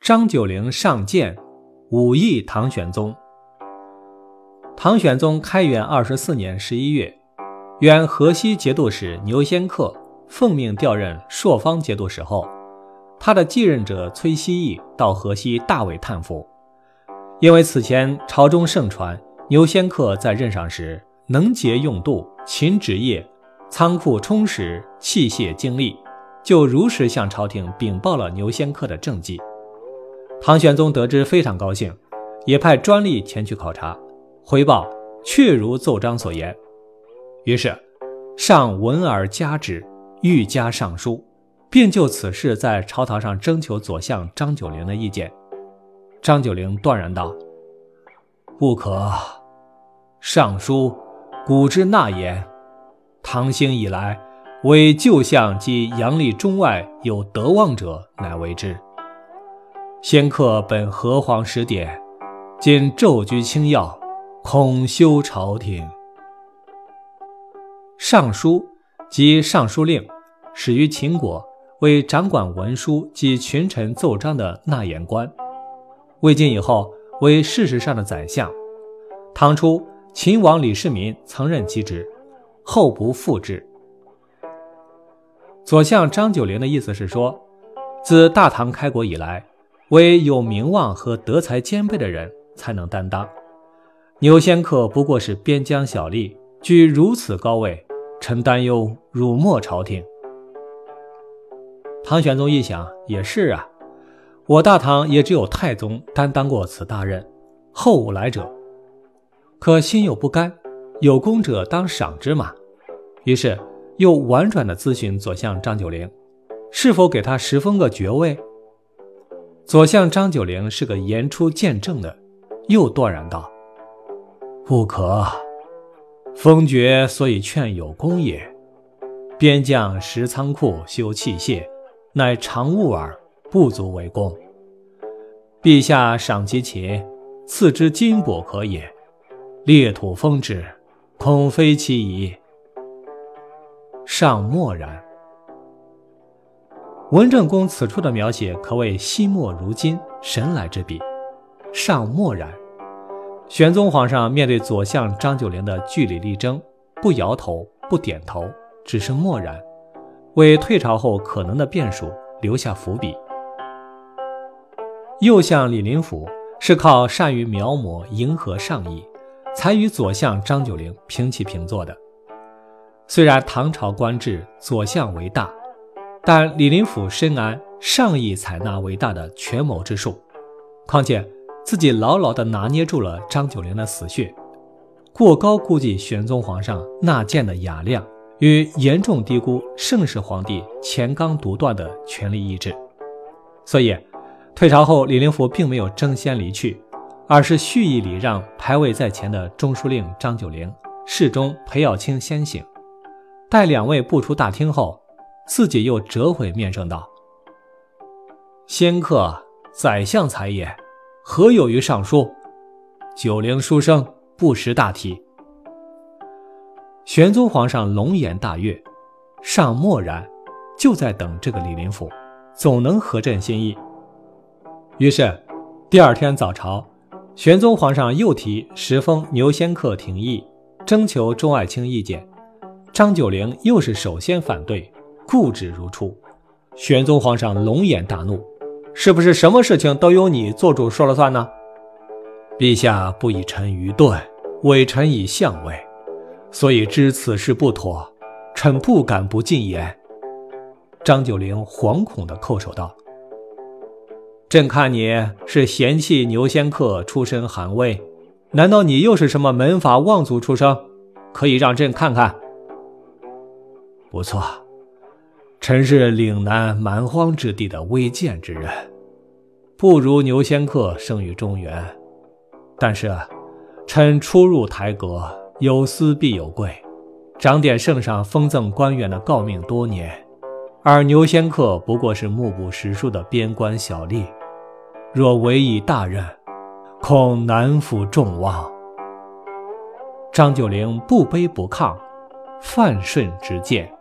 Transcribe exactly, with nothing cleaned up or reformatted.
张九龄上谏，武义唐玄宗。唐玄宗开元二十四年十一月，原河西节度使牛仙客奉命调任朔方节度使后，他的继任者崔希义到河西大为叹服，因为此前朝中盛传牛仙客在任上时能节用度，勤职业，仓库充实，器械精利，就如实向朝廷禀报了牛仙客的政绩。唐玄宗得知非常高兴，也派专吏前去考察，回报确如奏章所言。于是上闻而加之，欲加上书，并就此事在朝堂上征求左相张九龄的意见。张九龄断然道：不可，上书古之纳言，唐兴以来，为旧相及阳历中外有德望者乃为之。仙客本河皇时典，今骤居清要，恐羞朝廷。尚书即尚书令，始于秦国，为掌管文书及群臣奏章的纳言官。魏晋以后为事实上的宰相。唐初秦王李世民曾任其职，后不复置。左相张九龄的意思是说，自大唐开国以来，唯有名望和德才兼备的人才能担当。牛仙客不过是边疆小吏，居如此高位，臣担忧辱没朝廷。唐玄宗一想，也是啊，我大唐也只有太宗担当过此大任，后无来者。可心有不甘，有功者当赏之嘛。于是又婉转地咨询左相张九龄，是否给他十封个爵位。左相张九龄是个言出见正的，又断然道：不可，封爵所以劝有功也，边将拾仓库修器械，乃常务耳，不足为功。陛下赏其勤，赐之金帛可也，列土封之，恐非其宜。尚默然。文正公此处的描写可谓惜墨如金，神来之笔。尚默然，玄宗皇上面对左相张九龄的据理力争，不摇头不点头，只是默然，为退朝后可能的变数留下伏笔。右相李林甫是靠善于描摹迎合上意，才与左相张九龄平起平坐的。虽然唐朝官制左相为大，但李林甫深谙上意采纳为大的权谋之术，况且自己牢牢地拿捏住了张九龄的死穴，过高估计玄宗皇上纳谏的雅量，与严重低估盛世皇帝乾纲独断的权力意志。所以退朝后，李林甫并没有争先离去，而是蓄意礼让排位在前的中书令张九龄，侍中裴耀卿先行。待两位步出大厅后，自己又折回面圣道：仙客宰相才也，何有于上书？九龄书生不识大体。玄宗皇上龙颜大悦，尚默然，就在等这个李林甫，总能合朕心意。于是第二天早朝，玄宗皇上又提十封牛仙客廷议，征求钟爱卿意见。张九龄又是首先反对，固执如初。玄宗皇上龙颜大怒，是不是什么事情都由你做主说了算呢？陛下不以臣愚钝，委臣以相位，所以知此事不妥，臣不敢不进言。张九龄惶恐地叩首道：朕看你是嫌弃牛仙客出身寒微，难道你又是什么门阀望族出生？可以让朕看看。不错，臣是岭南蛮荒之地的微贱之人，不如牛仙客生于中原。但是臣初入台阁，有司必有贵，长典圣上封赠官员的诰命多年，而牛仙客不过是目不识数的边关小吏，若委以大任，恐难负众望。张九龄不卑不亢，泛顺直谏。